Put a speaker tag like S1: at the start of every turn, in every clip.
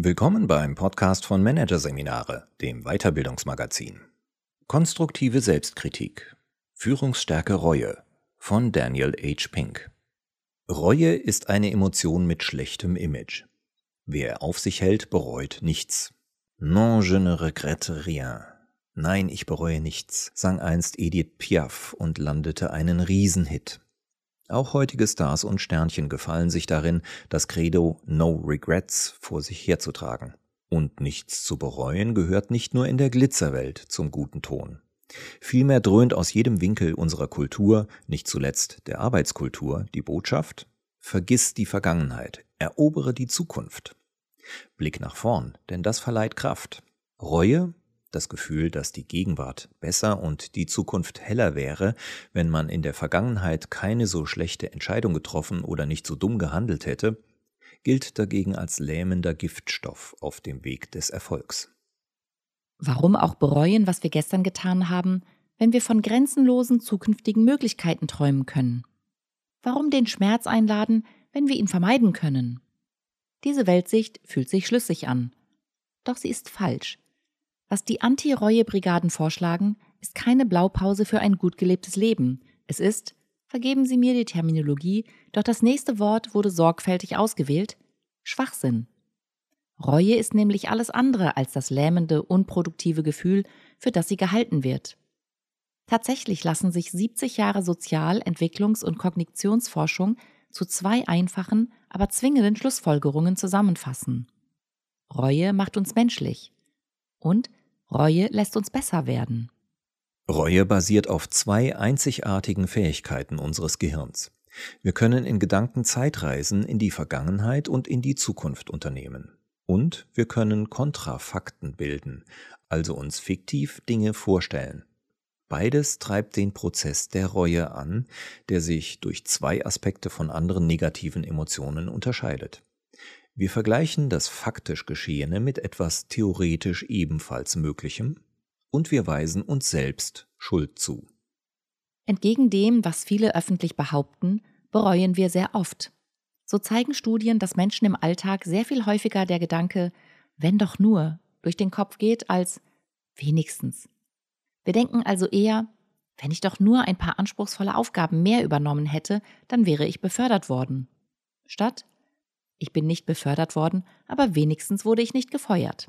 S1: Willkommen beim Podcast von Managerseminare, dem Weiterbildungsmagazin. Konstruktive Selbstkritik. Führungsstärke Reue von Daniel H. Pink. Reue ist eine Emotion mit schlechtem Image. Wer auf sich hält, bereut nichts. Non, je ne regrette rien. Nein, ich bereue nichts, sang einst Edith Piaf und landete einen Riesenhit. Auch heutige Stars und Sternchen gefallen sich darin, das Credo No Regrets vor sich herzutragen. Und nichts zu bereuen gehört nicht nur in der Glitzerwelt zum guten Ton. Vielmehr dröhnt aus jedem Winkel unserer Kultur, nicht zuletzt der Arbeitskultur, die Botschaft: Vergiss die Vergangenheit, erobere die Zukunft. Blick nach vorn, denn das verleiht Kraft. Reue, das Gefühl, dass die Gegenwart besser und die Zukunft heller wäre, wenn man in der Vergangenheit keine so schlechte Entscheidung getroffen oder nicht so dumm gehandelt hätte, gilt dagegen als lähmender Giftstoff auf dem Weg des Erfolgs.
S2: Warum auch bereuen, was wir gestern getan haben, wenn wir von grenzenlosen zukünftigen Möglichkeiten träumen können? Warum den Schmerz einladen, wenn wir ihn vermeiden können? Diese Weltsicht fühlt sich schlüssig an. Doch sie ist falsch. Was die Anti-Reue-Brigaden vorschlagen, ist keine Blaupause für ein gut gelebtes Leben. Es ist, vergeben Sie mir die Terminologie, doch das nächste Wort wurde sorgfältig ausgewählt, Schwachsinn. Reue ist nämlich alles andere als das lähmende, unproduktive Gefühl, für das sie gehalten wird. Tatsächlich lassen sich 70 Jahre Sozial-, Entwicklungs- und Kognitionsforschung zu 2 einfachen, aber zwingenden Schlussfolgerungen zusammenfassen. Reue macht uns menschlich. Und Reue lässt uns besser werden.
S1: Reue basiert auf 2 einzigartigen Fähigkeiten unseres Gehirns. Wir können in Gedanken Zeitreisen in die Vergangenheit und in die Zukunft unternehmen. Und wir können Kontrafakten bilden, also uns fiktiv Dinge vorstellen. Beides treibt den Prozess der Reue an, der sich durch 2 Aspekte von anderen negativen Emotionen unterscheidet. Wir vergleichen das faktisch Geschehene mit etwas theoretisch ebenfalls Möglichem und wir weisen uns selbst Schuld zu.
S2: Entgegen dem, was viele öffentlich behaupten, bereuen wir sehr oft. So zeigen Studien, dass Menschen im Alltag sehr viel häufiger der Gedanke, wenn doch nur, durch den Kopf geht, als wenigstens. Wir denken also eher, wenn ich doch nur ein paar anspruchsvolle Aufgaben mehr übernommen hätte, dann wäre ich befördert worden. Statt, ich bin nicht befördert worden, aber wenigstens wurde ich nicht gefeuert.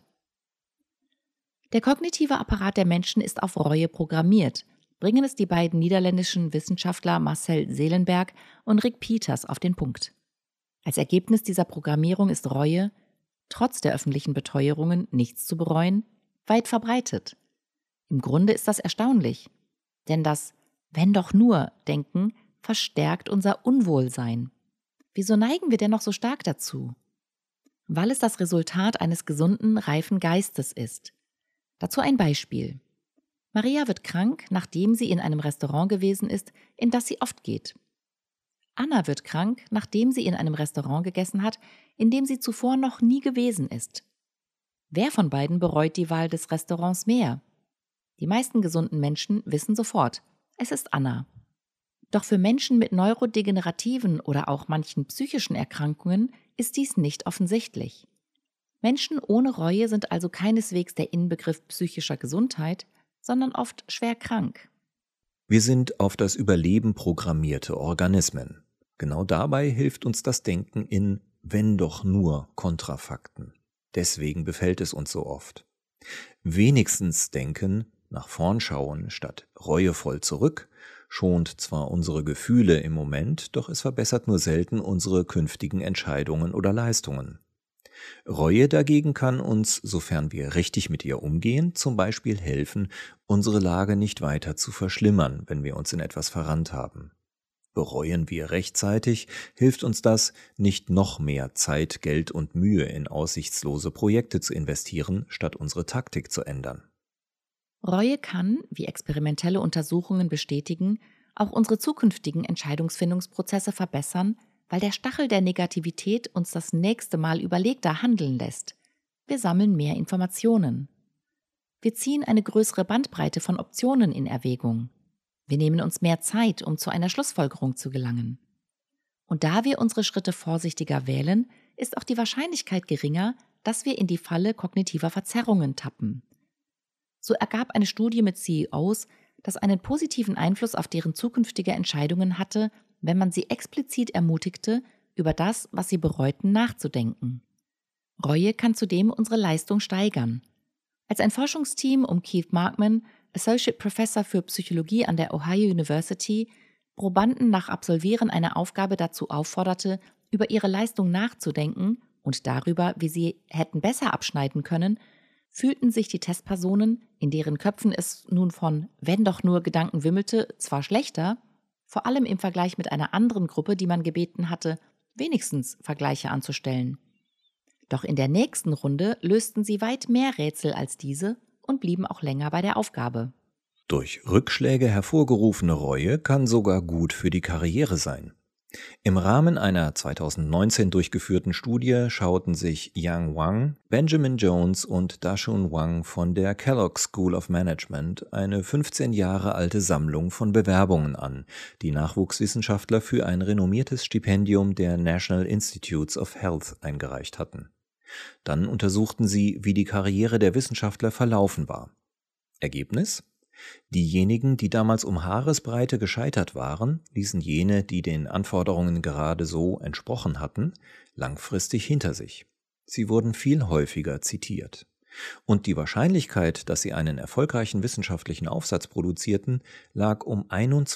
S2: Der kognitive Apparat der Menschen ist auf Reue programmiert, bringen es die beiden niederländischen Wissenschaftler Marcel Seelenberg und Rick Peters auf den Punkt. Als Ergebnis dieser Programmierung ist Reue, trotz der öffentlichen Beteuerungen, nichts zu bereuen, weit verbreitet. Im Grunde ist das erstaunlich, denn das „wenn doch nur" Denken verstärkt unser Unwohlsein. Wieso neigen wir denn noch so stark dazu? Weil es das Resultat eines gesunden, reifen Geistes ist. Dazu ein Beispiel. Maria wird krank, nachdem sie in einem Restaurant gewesen ist, in das sie oft geht. Anna wird krank, nachdem sie in einem Restaurant gegessen hat, in dem sie zuvor noch nie gewesen ist. Wer von beiden bereut die Wahl des Restaurants mehr? Die meisten gesunden Menschen wissen sofort, es ist Anna. Doch für Menschen mit neurodegenerativen oder auch manchen psychischen Erkrankungen ist dies nicht offensichtlich. Menschen ohne Reue sind also keineswegs der Inbegriff psychischer Gesundheit, sondern oft schwer krank.
S1: Wir sind auf das Überleben programmierte Organismen. Genau dabei hilft uns das Denken in wenn doch nur Kontrafakten. Deswegen befällt es uns so oft. Wenigstens denken, nach vorn schauen statt reuevoll zurück, schont zwar unsere Gefühle im Moment, doch es verbessert nur selten unsere künftigen Entscheidungen oder Leistungen. Reue dagegen kann uns, sofern wir richtig mit ihr umgehen, zum Beispiel helfen, unsere Lage nicht weiter zu verschlimmern, wenn wir uns in etwas verrannt haben. Bereuen wir rechtzeitig, hilft uns das, nicht noch mehr Zeit, Geld und Mühe in aussichtslose Projekte zu investieren, statt unsere Taktik zu ändern.
S2: Reue kann, wie experimentelle Untersuchungen bestätigen, auch unsere zukünftigen Entscheidungsfindungsprozesse verbessern, weil der Stachel der Negativität uns das nächste Mal überlegter handeln lässt. Wir sammeln mehr Informationen. Wir ziehen eine größere Bandbreite von Optionen in Erwägung. Wir nehmen uns mehr Zeit, um zu einer Schlussfolgerung zu gelangen. Und da wir unsere Schritte vorsichtiger wählen, ist auch die Wahrscheinlichkeit geringer, dass wir in die Falle kognitiver Verzerrungen tappen. So ergab eine Studie mit CEOs, dass einen positiven Einfluss auf deren zukünftige Entscheidungen hatte, wenn man sie explizit ermutigte, über das, was sie bereuten, nachzudenken. Reue kann zudem unsere Leistung steigern. Als ein Forschungsteam um Keith Markman, Associate Professor für Psychologie an der Ohio University, Probanden nach Absolvieren einer Aufgabe dazu aufforderte, über ihre Leistung nachzudenken und darüber, wie sie hätten besser abschneiden können, fühlten sich die Testpersonen, in deren Köpfen es nun von „wenn doch nur“ Gedanken wimmelte, zwar schlechter, vor allem im Vergleich mit einer anderen Gruppe, die man gebeten hatte, wenigstens Vergleiche anzustellen. Doch in der nächsten Runde lösten sie weit mehr Rätsel als diese und blieben auch länger bei der Aufgabe.
S1: Durch Rückschläge hervorgerufene Reue kann sogar gut für die Karriere sein. Im Rahmen einer 2019 durchgeführten Studie schauten sich Yang Wang, Benjamin Jones und Dashun Wang von der Kellogg School of Management eine 15 Jahre alte Sammlung von Bewerbungen an, die Nachwuchswissenschaftler für ein renommiertes Stipendium der National Institutes of Health eingereicht hatten. Dann untersuchten sie, wie die Karriere der Wissenschaftler verlaufen war. Ergebnis? Diejenigen, die damals um Haaresbreite gescheitert waren, ließen jene, die den Anforderungen gerade so entsprochen hatten, langfristig hinter sich. Sie wurden viel häufiger zitiert. Und die Wahrscheinlichkeit, dass sie einen erfolgreichen wissenschaftlichen Aufsatz produzierten, lag um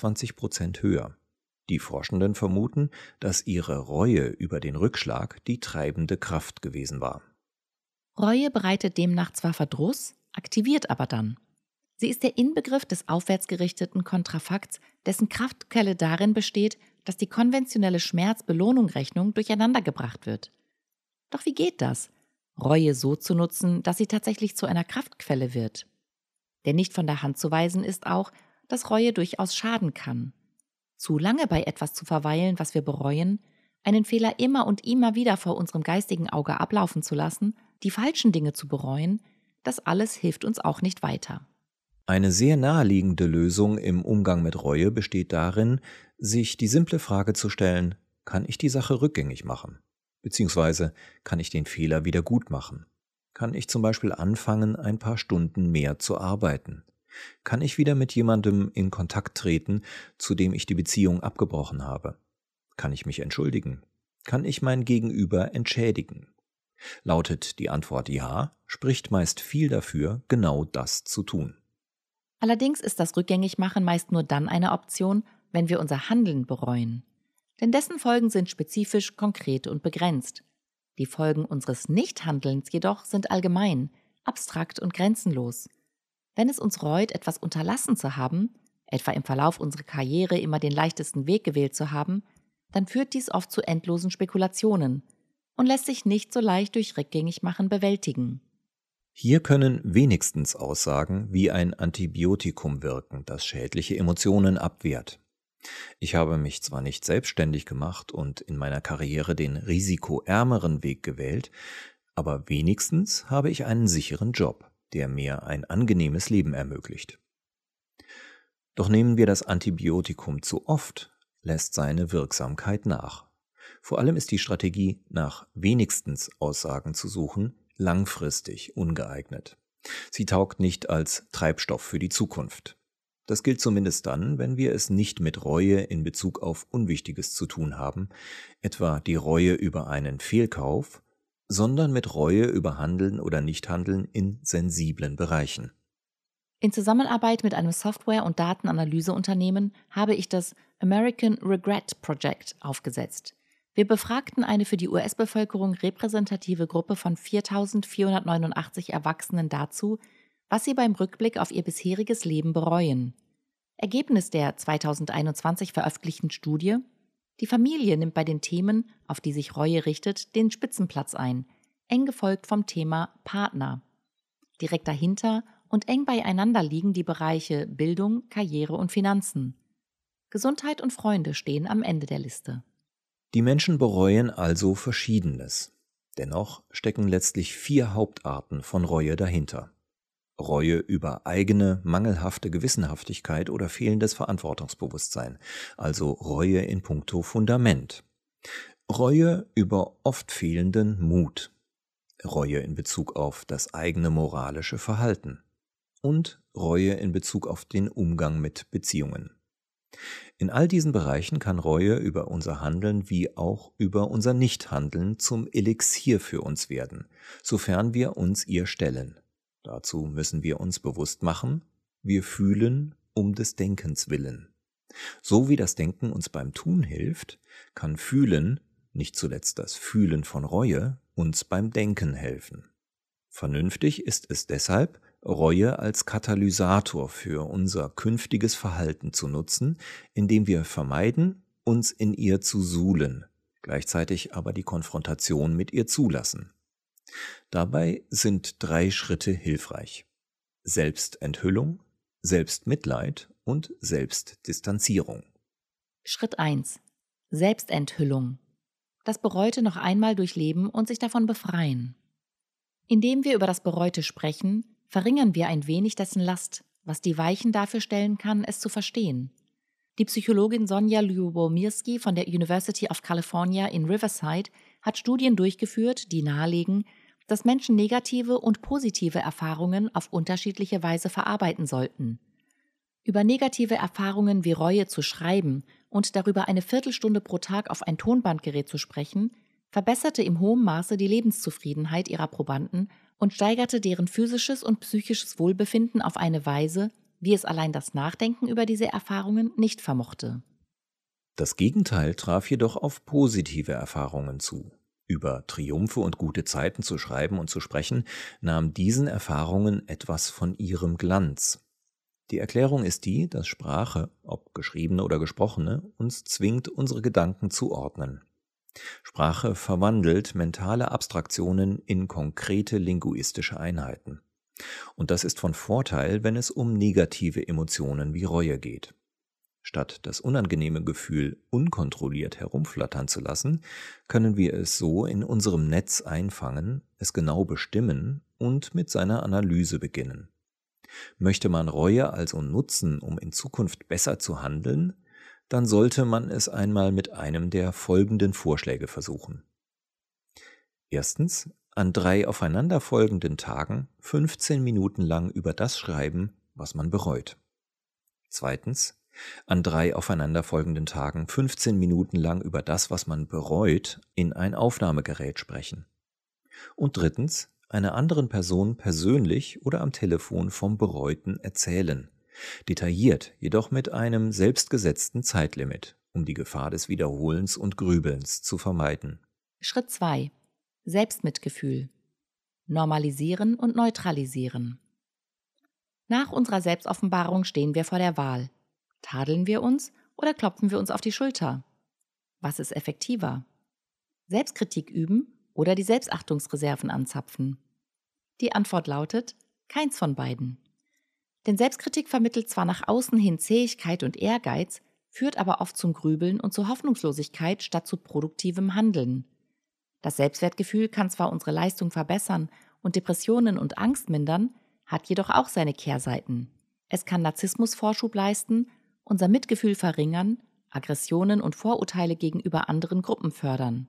S1: 21% höher. Die Forschenden vermuten, dass ihre Reue über den Rückschlag die treibende Kraft gewesen war.
S2: Reue bereitet demnach zwar Verdruss, aktiviert aber dann. Sie ist der Inbegriff des aufwärtsgerichteten Kontrafakts, dessen Kraftquelle darin besteht, dass die konventionelle Schmerz-Belohnung-Rechnung durcheinandergebracht wird. Doch wie geht das? Reue so zu nutzen, dass sie tatsächlich zu einer Kraftquelle wird. Denn nicht von der Hand zu weisen ist auch, dass Reue durchaus schaden kann. Zu lange bei etwas zu verweilen, was wir bereuen, einen Fehler immer und immer wieder vor unserem geistigen Auge ablaufen zu lassen, die falschen Dinge zu bereuen, das alles hilft uns auch nicht weiter.
S1: Eine sehr naheliegende Lösung im Umgang mit Reue besteht darin, sich die simple Frage zu stellen: Kann ich die Sache rückgängig machen? Beziehungsweise kann ich den Fehler wieder gut machen? Kann ich zum Beispiel anfangen, ein paar Stunden mehr zu arbeiten? Kann ich wieder mit jemandem in Kontakt treten, zu dem ich die Beziehung abgebrochen habe? Kann ich mich entschuldigen? Kann ich mein Gegenüber entschädigen? Lautet die Antwort ja, spricht meist viel dafür, genau das zu tun.
S2: Allerdings ist das Rückgängigmachen meist nur dann eine Option, wenn wir unser Handeln bereuen. Denn dessen Folgen sind spezifisch, konkret und begrenzt. Die Folgen unseres Nichthandelns jedoch sind allgemein, abstrakt und grenzenlos. Wenn es uns reut, etwas unterlassen zu haben, etwa im Verlauf unserer Karriere immer den leichtesten Weg gewählt zu haben, dann führt dies oft zu endlosen Spekulationen und lässt sich nicht so leicht durch Rückgängigmachen bewältigen.
S1: Hier können wenigstens Aussagen wie ein Antibiotikum wirken, das schädliche Emotionen abwehrt. Ich habe mich zwar nicht selbstständig gemacht und in meiner Karriere den risikoärmeren Weg gewählt, aber wenigstens habe ich einen sicheren Job, der mir ein angenehmes Leben ermöglicht. Doch nehmen wir das Antibiotikum zu oft, lässt seine Wirksamkeit nach. Vor allem ist die Strategie, nach wenigstens Aussagen zu suchen, langfristig ungeeignet. Sie taugt nicht als Treibstoff für die Zukunft. Das gilt zumindest dann, wenn wir es nicht mit Reue in Bezug auf Unwichtiges zu tun haben, etwa die Reue über einen Fehlkauf, sondern mit Reue über Handeln oder Nichthandeln in sensiblen Bereichen.
S2: In Zusammenarbeit mit einem Software- und Datenanalyseunternehmen habe ich das American Regret Project aufgesetzt. Wir befragten eine für die US-Bevölkerung repräsentative Gruppe von 4.489 Erwachsenen dazu, was sie beim Rückblick auf ihr bisheriges Leben bereuen. Ergebnis der 2021 veröffentlichten Studie: Die Familie nimmt bei den Themen, auf die sich Reue richtet, den Spitzenplatz ein, eng gefolgt vom Thema Partner. Direkt dahinter und eng beieinander liegen die Bereiche Bildung, Karriere und Finanzen. Gesundheit und Freunde stehen am Ende der Liste.
S1: Die Menschen bereuen also Verschiedenes. Dennoch stecken letztlich 4 Hauptarten von Reue dahinter. Reue über eigene, mangelhafte Gewissenhaftigkeit oder fehlendes Verantwortungsbewusstsein, also Reue in puncto Fundament. Reue über oft fehlenden Mut. Reue in Bezug auf das eigene moralische Verhalten und Reue in Bezug auf den Umgang mit Beziehungen. In all diesen Bereichen kann Reue über unser Handeln wie auch über unser Nichthandeln zum Elixier für uns werden, sofern wir uns ihr stellen. Dazu müssen wir uns bewusst machen, wir fühlen um des Denkens willen. So wie das Denken uns beim Tun hilft, kann Fühlen, nicht zuletzt das Fühlen von Reue, uns beim Denken helfen. Vernünftig ist es deshalb, Reue als Katalysator für unser künftiges Verhalten zu nutzen, indem wir vermeiden, uns in ihr zu suhlen, gleichzeitig aber die Konfrontation mit ihr zulassen. Dabei sind 3 Schritte hilfreich: Selbstenthüllung, Selbstmitleid und Selbstdistanzierung.
S2: Schritt 1. Selbstenthüllung. Das Bereute noch einmal durchleben und sich davon befreien. Indem wir über das Bereute sprechen, verringern wir ein wenig dessen Last, was die Weichen dafür stellen kann, es zu verstehen. Die Psychologin Sonja Lyubomirsky von der University of California in Riverside hat Studien durchgeführt, die nahelegen, dass Menschen negative und positive Erfahrungen auf unterschiedliche Weise verarbeiten sollten. Über negative Erfahrungen wie Reue zu schreiben und darüber eine Viertelstunde pro Tag auf ein Tonbandgerät zu sprechen, verbesserte im hohen Maße die Lebenszufriedenheit ihrer Probanden und steigerte deren physisches und psychisches Wohlbefinden auf eine Weise, wie es allein das Nachdenken über diese Erfahrungen nicht vermochte.
S1: Das Gegenteil traf jedoch auf positive Erfahrungen zu. Über Triumphe und gute Zeiten zu schreiben und zu sprechen, nahm diesen Erfahrungen etwas von ihrem Glanz. Die Erklärung ist die, dass Sprache, ob geschriebene oder gesprochene, uns zwingt, unsere Gedanken zu ordnen. Sprache verwandelt mentale Abstraktionen in konkrete linguistische Einheiten. Und das ist von Vorteil, wenn es um negative Emotionen wie Reue geht. Statt das unangenehme Gefühl unkontrolliert herumflattern zu lassen, können wir es so in unserem Netz einfangen, es genau bestimmen und mit seiner Analyse beginnen. Möchte man Reue also nutzen, um in Zukunft besser zu handeln, dann sollte man es einmal mit einem der folgenden Vorschläge versuchen. Erstens, an 3 aufeinanderfolgenden Tagen 15 Minuten lang über das schreiben, was man bereut. Zweitens, an 3 aufeinanderfolgenden Tagen 15 Minuten lang über das, was man bereut, in ein Aufnahmegerät sprechen. Und drittens, einer anderen Person persönlich oder am Telefon vom Bereuten erzählen. Detailliert, jedoch mit einem selbstgesetzten Zeitlimit, um die Gefahr des Wiederholens und Grübelns zu vermeiden.
S2: Schritt 2. Selbstmitgefühl. Normalisieren und neutralisieren. Nach unserer Selbstoffenbarung stehen wir vor der Wahl. Tadeln wir uns oder klopfen wir uns auf die Schulter? Was ist effektiver? Selbstkritik üben oder die Selbstachtungsreserven anzapfen? Die Antwort lautet: keins von beiden. Denn Selbstkritik vermittelt zwar nach außen hin Zähigkeit und Ehrgeiz, führt aber oft zum Grübeln und zur Hoffnungslosigkeit statt zu produktivem Handeln. Das Selbstwertgefühl kann zwar unsere Leistung verbessern und Depressionen und Angst mindern, hat jedoch auch seine Kehrseiten. Es kann Narzissmusvorschub leisten, unser Mitgefühl verringern, Aggressionen und Vorurteile gegenüber anderen Gruppen fördern.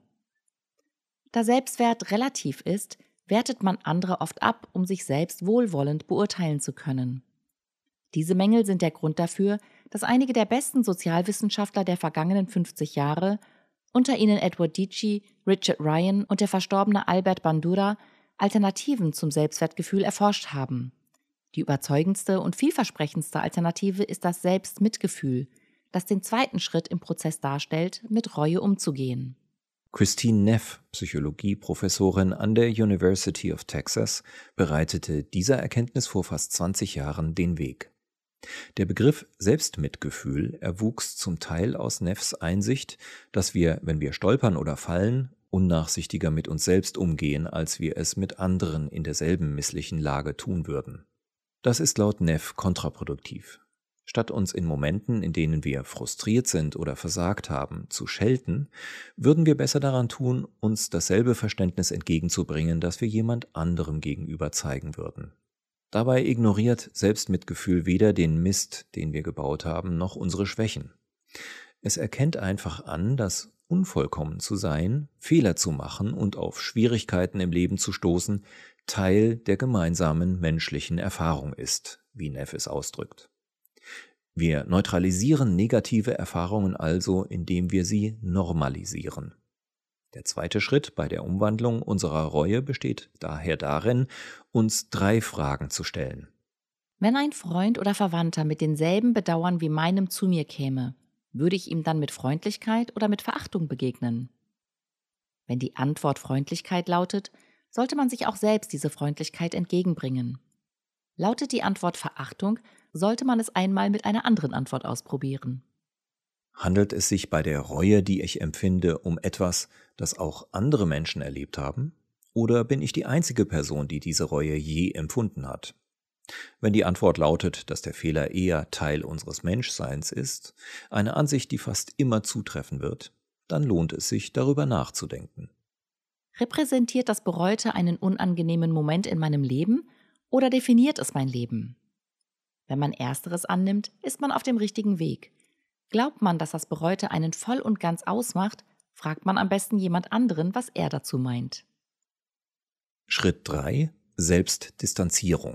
S2: Da Selbstwert relativ ist, wertet man andere oft ab, um sich selbst wohlwollend beurteilen zu können. Diese Mängel sind der Grund dafür, dass einige der besten Sozialwissenschaftler der vergangenen 50 Jahre, unter ihnen Edward Deci, Richard Ryan und der verstorbene Albert Bandura, Alternativen zum Selbstwertgefühl erforscht haben. Die überzeugendste und vielversprechendste Alternative ist das Selbstmitgefühl, das den zweiten Schritt im Prozess darstellt, mit Reue umzugehen.
S1: Christine Neff, Psychologieprofessorin an der University of Texas, bereitete dieser Erkenntnis vor fast 20 Jahren den Weg. Der Begriff Selbstmitgefühl erwuchs zum Teil aus Neffs Einsicht, dass wir, wenn wir stolpern oder fallen, unnachsichtiger mit uns selbst umgehen, als wir es mit anderen in derselben misslichen Lage tun würden. Das ist laut Neff kontraproduktiv. Statt uns in Momenten, in denen wir frustriert sind oder versagt haben, zu schelten, würden wir besser daran tun, uns dasselbe Verständnis entgegenzubringen, das wir jemand anderem gegenüber zeigen würden. Dabei ignoriert Selbstmitgefühl weder den Mist, den wir gebaut haben, noch unsere Schwächen. Es erkennt einfach an, dass unvollkommen zu sein, Fehler zu machen und auf Schwierigkeiten im Leben zu stoßen, Teil der gemeinsamen menschlichen Erfahrung ist, wie Neff es ausdrückt. Wir neutralisieren negative Erfahrungen also, indem wir sie normalisieren. Der zweite Schritt bei der Umwandlung unserer Reue besteht daher darin, uns 3 Fragen zu stellen.
S2: Wenn ein Freund oder Verwandter mit denselben Bedauern wie meinem zu mir käme, würde ich ihm dann mit Freundlichkeit oder mit Verachtung begegnen? Wenn die Antwort Freundlichkeit lautet, sollte man sich auch selbst diese Freundlichkeit entgegenbringen. Lautet die Antwort Verachtung, sollte man es einmal mit einer anderen Antwort ausprobieren.
S1: Handelt es sich bei der Reue, die ich empfinde, um etwas, das auch andere Menschen erlebt haben? Oder bin ich die einzige Person, die diese Reue je empfunden hat? Wenn die Antwort lautet, dass der Fehler eher Teil unseres Menschseins ist, eine Ansicht, die fast immer zutreffen wird, dann lohnt es sich, darüber nachzudenken.
S2: Repräsentiert das Bereute einen unangenehmen Moment in meinem Leben oder definiert es mein Leben? Wenn man Ersteres annimmt, ist man auf dem richtigen Weg. Glaubt man, dass das Bereute einen voll und ganz ausmacht, fragt man am besten jemand anderen, was er dazu meint.
S1: Schritt 3: Selbstdistanzierung.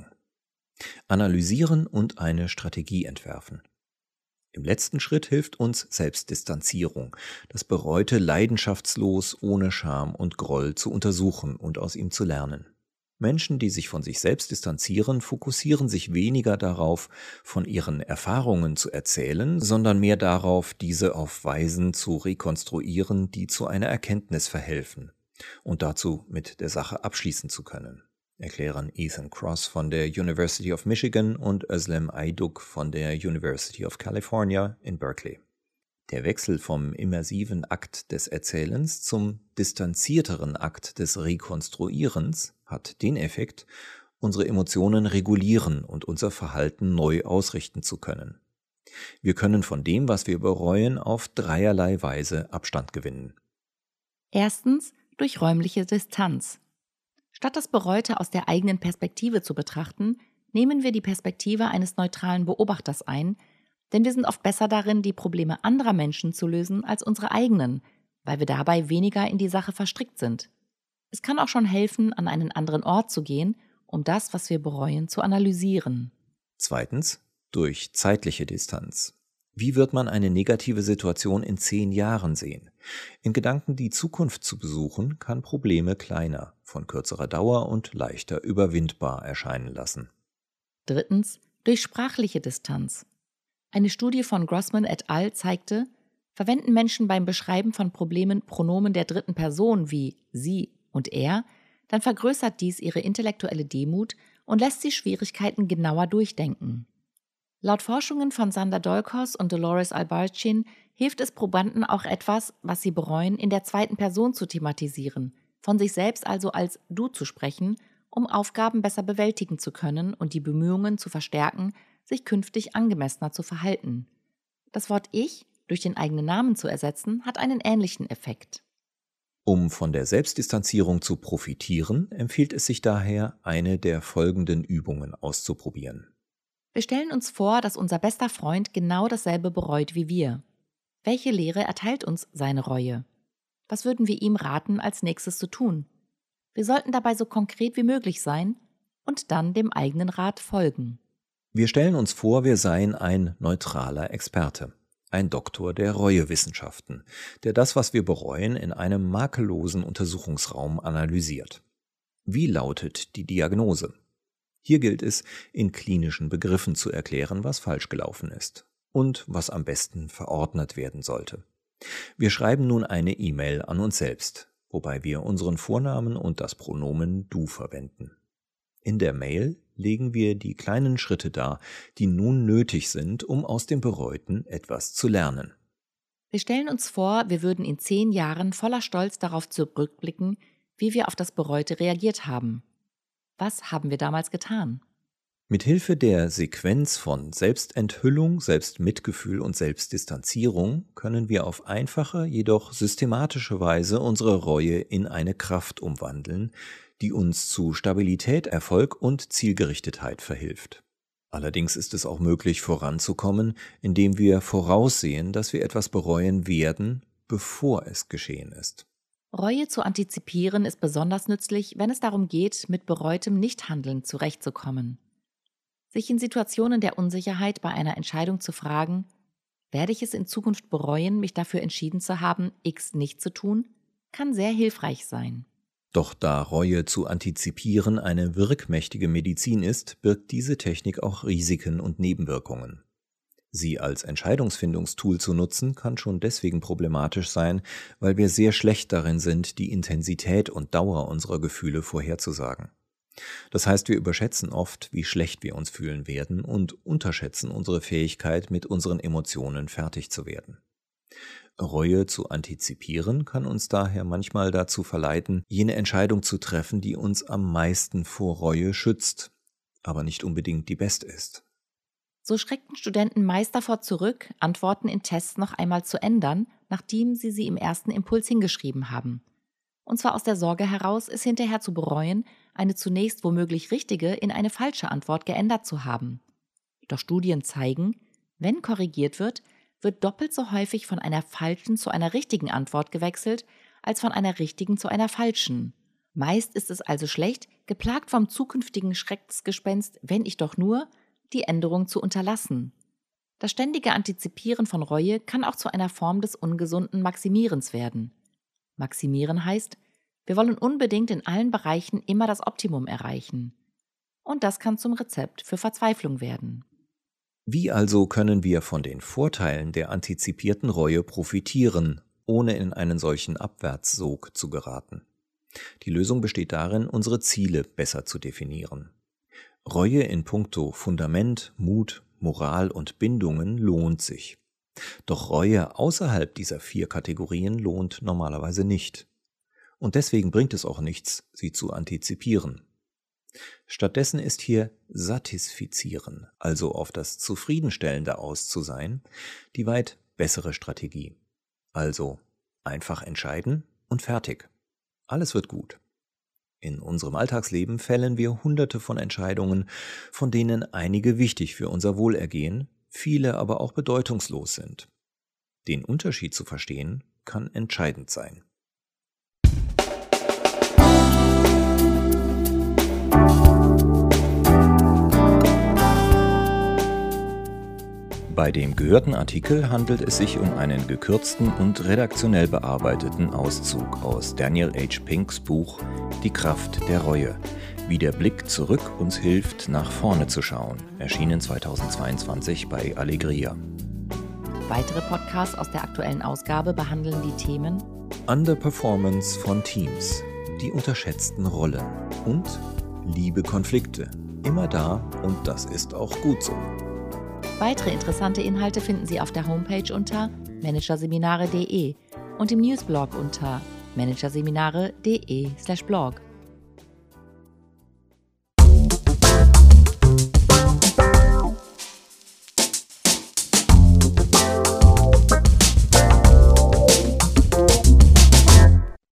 S1: Analysieren und eine Strategie entwerfen. Im letzten Schritt hilft uns Selbstdistanzierung, das Bereute leidenschaftslos, ohne Scham und Groll zu untersuchen und aus ihm zu lernen. Menschen, die sich von sich selbst distanzieren, fokussieren sich weniger darauf, von ihren Erfahrungen zu erzählen, sondern mehr darauf, diese auf Weisen zu rekonstruieren, die zu einer Erkenntnis verhelfen und dazu mit der Sache abschließen zu können, erklären Ethan Kross von der University of Michigan und Özlem Ayduk von der University of California in Berkeley. Der Wechsel vom immersiven Akt des Erzählens zum distanzierteren Akt des Rekonstruierens hat den Effekt, unsere Emotionen regulieren und unser Verhalten neu ausrichten zu können. Wir können von dem, was wir bereuen, auf dreierlei Weise Abstand gewinnen.
S2: Erstens durch räumliche Distanz. Statt das Bereute aus der eigenen Perspektive zu betrachten, nehmen wir die Perspektive eines neutralen Beobachters ein, denn wir sind oft besser darin, die Probleme anderer Menschen zu lösen als unsere eigenen, weil wir dabei weniger in die Sache verstrickt sind. Es kann auch schon helfen, an einen anderen Ort zu gehen, um das, was wir bereuen, zu analysieren.
S1: Zweitens, durch zeitliche Distanz. Wie wird man eine negative Situation in 10 Jahren sehen? In Gedanken die Zukunft zu besuchen, kann Probleme kleiner, von kürzerer Dauer und leichter überwindbar erscheinen lassen.
S2: Drittens, durch sprachliche Distanz. Eine Studie von Grossman et al. Zeigte, verwenden Menschen beim Beschreiben von Problemen Pronomen der dritten Person wie sie und er, dann vergrößert dies ihre intellektuelle Demut und lässt sie Schwierigkeiten genauer durchdenken. Laut Forschungen von Sander Dolkos und Dolores Albarcin hilft es Probanden auch etwas, was sie bereuen, in der zweiten Person zu thematisieren, von sich selbst also als du zu sprechen, um Aufgaben besser bewältigen zu können und die Bemühungen zu verstärken, sich künftig angemessener zu verhalten. Das Wort Ich durch den eigenen Namen zu ersetzen, hat einen ähnlichen Effekt.
S1: Um von der Selbstdistanzierung zu profitieren, empfiehlt es sich daher, eine der folgenden Übungen auszuprobieren.
S2: Wir stellen uns vor, dass unser bester Freund genau dasselbe bereut wie wir. Welche Lehre erteilt uns seine Reue? Was würden wir ihm raten, als nächstes zu tun? Wir sollten dabei so konkret wie möglich sein und dann dem eigenen Rat folgen.
S1: Wir stellen uns vor, wir seien ein neutraler Experte, ein Doktor der Reuewissenschaften, der das, was wir bereuen, in einem makellosen Untersuchungsraum analysiert. Wie lautet die Diagnose? Hier gilt es, in klinischen Begriffen zu erklären, was falsch gelaufen ist und was am besten verordnet werden sollte. Wir schreiben nun eine E-Mail an uns selbst, wobei wir unseren Vornamen und das Pronomen du verwenden. In der Mail legen wir die kleinen Schritte dar, die nun nötig sind, um aus dem Bereuten etwas zu lernen.
S2: Wir stellen uns vor, wir würden in 10 Jahren voller Stolz darauf zurückblicken, wie wir auf das Bereute reagiert haben. Was haben wir damals getan?
S1: Mithilfe der Sequenz von Selbstenthüllung, Selbstmitgefühl und Selbstdistanzierung können wir auf einfache, jedoch systematische Weise unsere Reue in eine Kraft umwandeln, die uns zu Stabilität, Erfolg und Zielgerichtetheit verhilft. Allerdings ist es auch möglich, voranzukommen, indem wir voraussehen, dass wir etwas bereuen werden bevor es geschehen ist.
S2: Reue zu antizipieren ist besonders nützlich, wenn es darum geht, mit bereutem Nichthandeln zurechtzukommen. Sich in Situationen der Unsicherheit bei einer Entscheidung zu fragen, werde ich es in Zukunft bereuen, mich dafür entschieden zu haben, X nicht zu tun, kann sehr hilfreich sein.
S1: Doch da Reue zu antizipieren eine wirkmächtige Medizin ist, birgt diese Technik auch Risiken und Nebenwirkungen. Sie als Entscheidungsfindungstool zu nutzen, kann schon deswegen problematisch sein, weil wir sehr schlecht darin sind, die Intensität und Dauer unserer Gefühle vorherzusagen. Das heißt, wir überschätzen oft, wie schlecht wir uns fühlen werden und unterschätzen unsere Fähigkeit, mit unseren Emotionen fertig zu werden. Reue zu antizipieren kann uns daher manchmal dazu verleiten, jene Entscheidung zu treffen, die uns am meisten vor Reue schützt, aber nicht unbedingt die beste ist.
S2: So schreckten Studenten meist davor zurück, Antworten in Tests noch einmal zu ändern, nachdem sie im ersten Impuls hingeschrieben haben. Und zwar aus der Sorge heraus, es hinterher zu bereuen, eine zunächst womöglich richtige in eine falsche Antwort geändert zu haben. Doch Studien zeigen, wenn korrigiert wird doppelt so häufig von einer falschen zu einer richtigen Antwort gewechselt, als von einer richtigen zu einer falschen. Meist ist es also schlecht, geplagt vom zukünftigen Schreckensgespenst, wenn ich doch nur, die Änderung zu unterlassen. Das ständige Antizipieren von Reue kann auch zu einer Form des ungesunden Maximierens werden. Maximieren heißt, wir wollen unbedingt in allen Bereichen immer das Optimum erreichen. Und das kann zum Rezept für Verzweiflung werden.
S1: Wie also können wir von den Vorteilen der antizipierten Reue profitieren, ohne in einen solchen Abwärtssog zu geraten? Die Lösung besteht darin, unsere Ziele besser zu definieren. Reue in puncto Fundament, Mut, Moral und Bindungen lohnt sich. Doch Reue außerhalb dieser 4 Kategorien lohnt normalerweise nicht. Und deswegen bringt es auch nichts, sie zu antizipieren. Stattdessen ist hier Satisfizieren, also auf das Zufriedenstellende aus zu sein, die weit bessere Strategie. Also einfach entscheiden und fertig. Alles wird gut. In unserem Alltagsleben fällen wir Hunderte von Entscheidungen, von denen einige wichtig für unser Wohlergehen, viele aber auch bedeutungslos sind. Den Unterschied zu verstehen, kann entscheidend sein. Bei dem gehörten Artikel handelt es sich um einen gekürzten und redaktionell bearbeiteten Auszug aus Daniel H. Pinks Buch Die Kraft der Reue, wie der Blick zurück uns hilft, nach vorne zu schauen, erschienen 2022 bei Allegria.
S2: Weitere Podcasts aus der aktuellen Ausgabe behandeln die Themen
S1: Underperformance von Teams, die unterschätzten Rollen und liebe Konflikte, immer da und das ist auch gut so.
S2: Weitere interessante Inhalte finden Sie auf der Homepage unter managerseminare.de und im Newsblog unter managerseminare.de/blog.